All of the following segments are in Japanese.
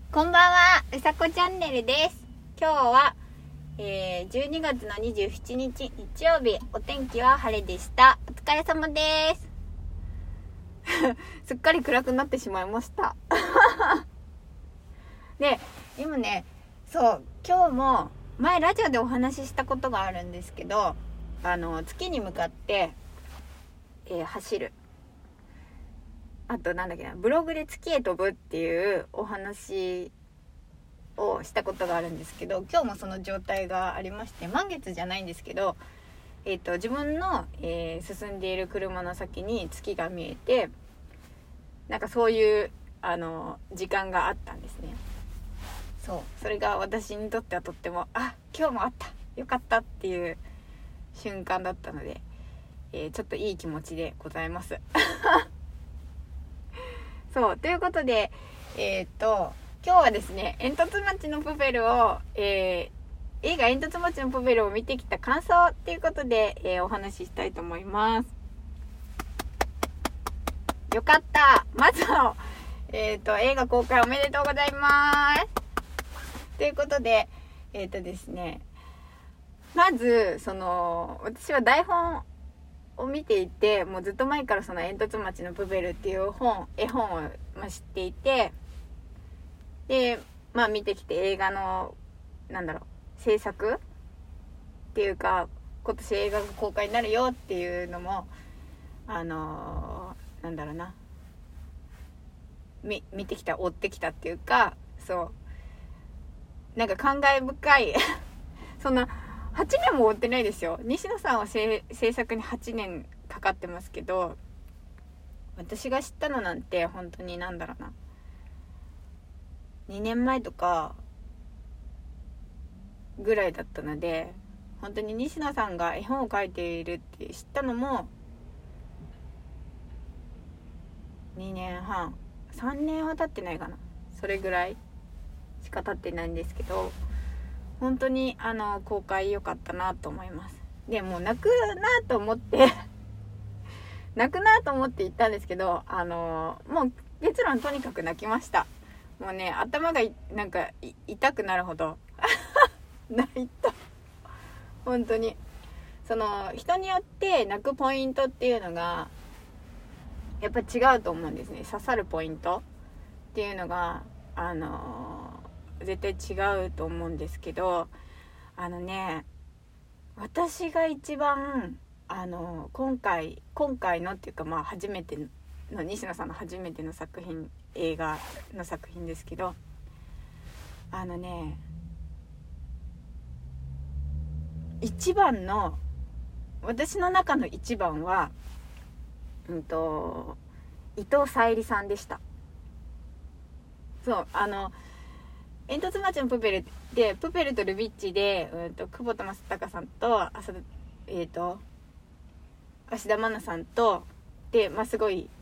こんばんは、うさこチャンネルです。今日は、12月の27日日曜日、お天気は晴れでした。お疲れ様です。すっかり暗くなってしまいました。で、今ね、今日も前ラジオでお話ししたことがあるんですけど、月に向かって、走る。あとブログで月へ飛ぶっていうお話をしたことがあるんですけど、今日もその状態がありまして、満月じゃないんですけど、自分の、進んでいる車の先に月が見えて、そういう時間があったんですね。それが私にとってはとっても今日もあった、よかったっていう瞬間だったので、ちょっといい気持ちでございます。ということで、今日はですね、煙突町のプペルを、映画煙突町のプペルを見てきた感想っていうことで、お話ししたいと思います。よかった。まずは、映画公開おめでとうございます。ということで、ですね、まず、私は台本を見ていて、もうずっと前からその煙突町のプペルっていう絵本を、知っていて、で、見てきて映画の、制作っていうか、今年映画が公開になるよっていうのも、見てきた、追ってきたっていうか、感慨深い。そんな、8年も追ってないですよ。西野さんは制作に8年かかってますけど、私が知ったのなんて本当に2年前とかぐらいだったので、本当に西野さんが絵本を描いているって知ったのも2年半3年は経ってないかな、それぐらいしか経ってないんですけど、本当に公開良かったなと思います。でもう泣くなと思って泣くなと思って言ったんですけど、もう結論とにかく泣きました。もうね、頭が痛くなるほど泣いた。本当に人によって泣くポイントっていうのがやっぱ違うと思うんですね。刺さるポイントっていうのが絶対違うと思うんですけど、私が一番今回のっていうか、初めての西野さんの初めての作品、映画の作品ですけど、一番の、私の中の一番は伊藤沙莉さんでした。煙突町のプペルで、プペルとルビッチで、久保田正孝さんと芦田愛菜さんとで、すごい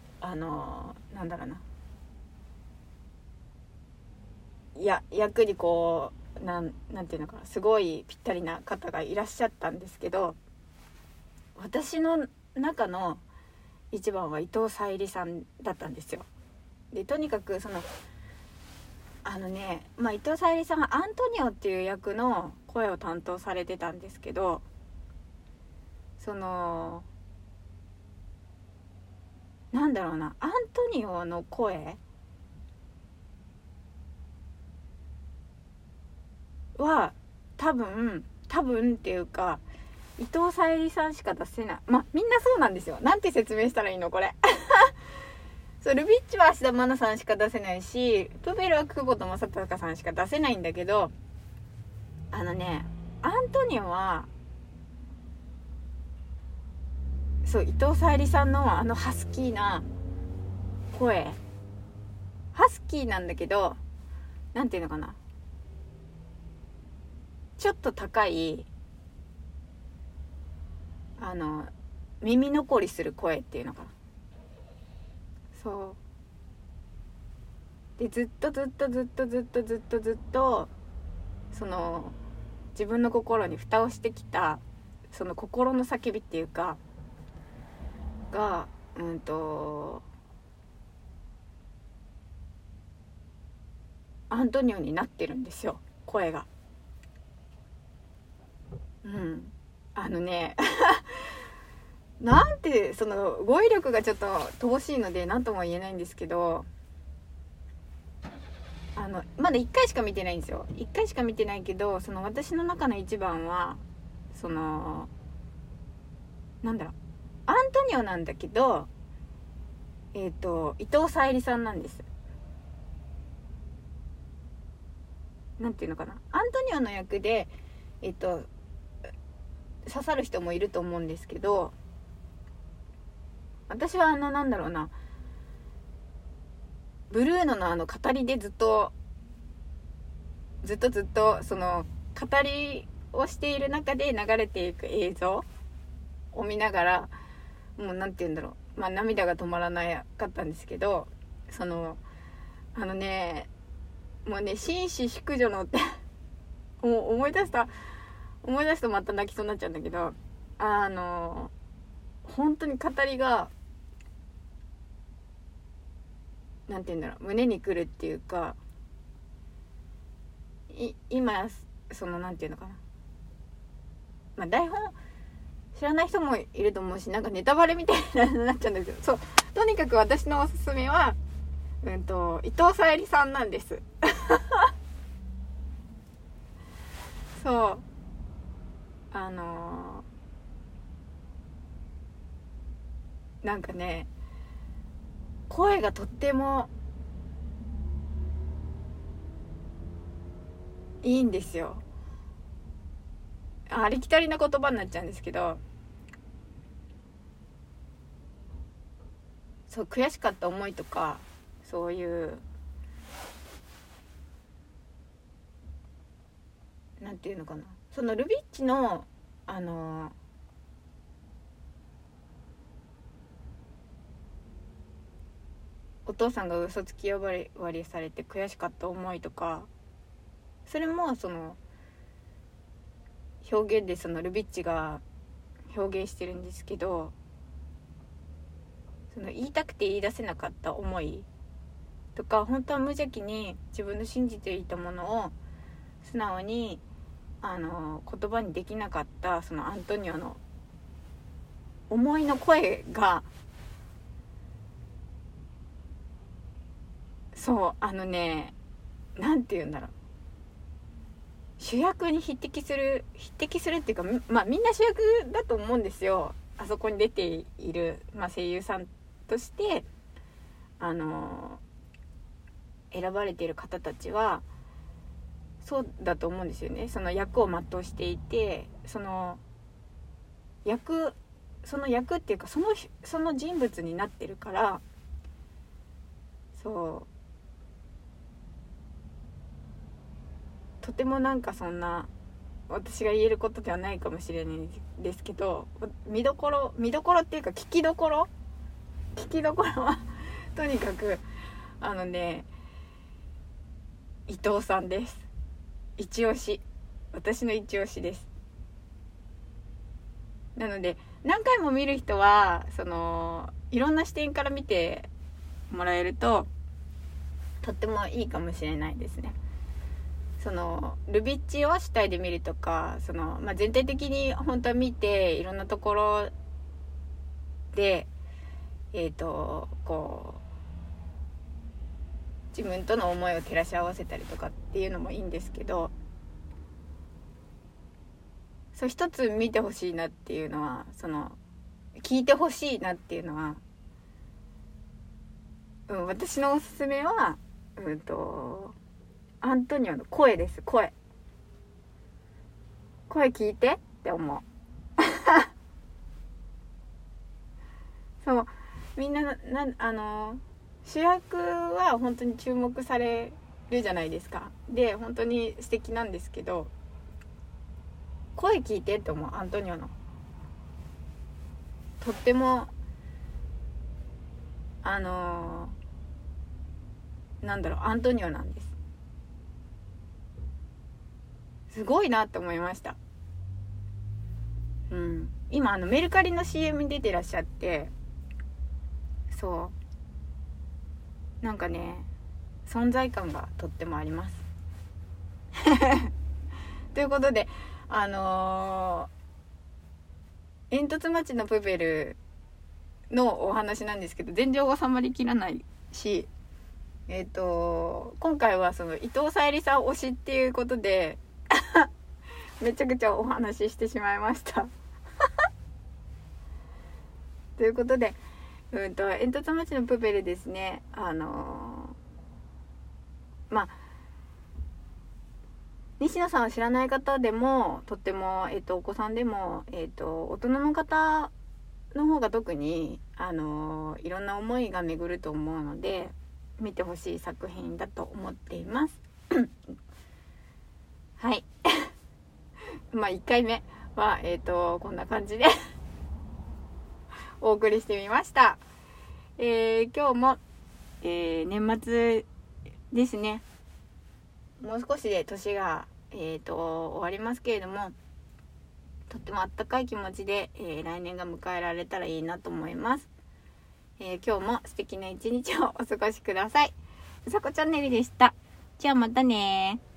役になんていうのかな、すごいぴったりな方がいらっしゃったんですけど、私の中の一番は伊藤沙莉さんだったんですよ。で、とにかく伊藤沙莉さんはアントニオっていう役の声を担当されてたんですけど、アントニオの声は多分っていうか、伊藤沙莉さんしか出せない。みんなそうなんですよ。なんて説明したらいいのこれ。ルビッチは芦田愛菜さんしか出せないし、プペルは久保田正孝さんしか出せないんだけど、アントニオは伊藤沙莉さんのハスキーな声、ハスキーなんだけど、なんていうのかな、ちょっと高い耳残りする声っていうのかな。で、ずっと自分の心に蓋をしてきた心の叫びっていうかがアントニオになってるんですよ、声が。なんて、その語彙力がちょっと乏しいので何とも言えないんですけど、まだ1回しか見てないんですよ。1回しか見てないけど、その私の中の一番はそのアントニオなんだけど、伊藤沙莉さんなんです。なんていうのかな、アントニオの役で刺さる人もいると思うんですけど、私はブルーノの語りでずっとその語りをしている中で流れていく映像を見ながら、もう涙が止まらなかったんですけど、もうね、紳士淑女のってもう思い出すとまた泣きそうになっちゃうんだけど、本当に語りが胸にくるっていうか、今台本知らない人もいると思うし、ネタバレみたいになっちゃうんですけど、そうとにかく私のおすすめは伊藤沙莉さんなんですそう声がとってもいいんですよ。ありきたりな言葉になっちゃうんですけど、そう悔しかった思いとか、そういうなんていうのかな、そのルビッチのお父さんが嘘つき呼ばわりされて悔しかった思いとか、それもその表現でそのルビッチが表現してるんですけど、その言いたくて言い出せなかった思いとか、本当は無邪気に自分の信じていたものを素直に言葉にできなかったそのアントニオの思いの声が、そうなんて言うんだろう、主役に匹敵するっていうか、みんな主役だと思うんですよ、あそこに出ている、声優さんとして選ばれている方たちはそうだと思うんですよね。その役を全うしていて、その役っていうか、その人物になってるから、とてもそんな私が言えることではないかもしれないんですけど、見どころっていうか聞きどころはとにかく伊藤さんです。一押し、私の一押しです。なので何回も見る人はいろんな視点から見てもらえるととってもいいかもしれないですね。ルビッチを主体で見るとか、全体的に本当は見て、いろんなところで自分との思いを照らし合わせたりとかっていうのもいいんですけど、一つ見てほしいなっていうのは、聞いてほしいなっていうのは、私のおすすめはアントニオの声です。声聞いてって思うそうみんな主役は本当に注目されるじゃないですか。で本当に素敵なんですけど、声聞いてって思う。アントニオのとってもアントニオなんです。すごいなって思いました。今メルカリの CM に出てらっしゃって、 存在感がとってもありますということで煙突町のプペルのお話なんですけど、全然収まりきらないし、今回はその伊藤沙莉さん推しっていうことでめちゃくちゃお話ししてしまいましたということで、煙突町のプペルですね、西野さんを知らない方でもとっても、お子さんでも、大人の方の方が特にいろんな思いが巡ると思うので見てほしい作品だと思っていますはい1回目はこんな感じでお送りしてみました。今日も、年末ですね。もう少しで年が、終わりますけれども、とってもあったかい気持ちで、来年が迎えられたらいいなと思います。今日も素敵な一日をお過ごしください。うさこチャンネルでした。じゃあまたね。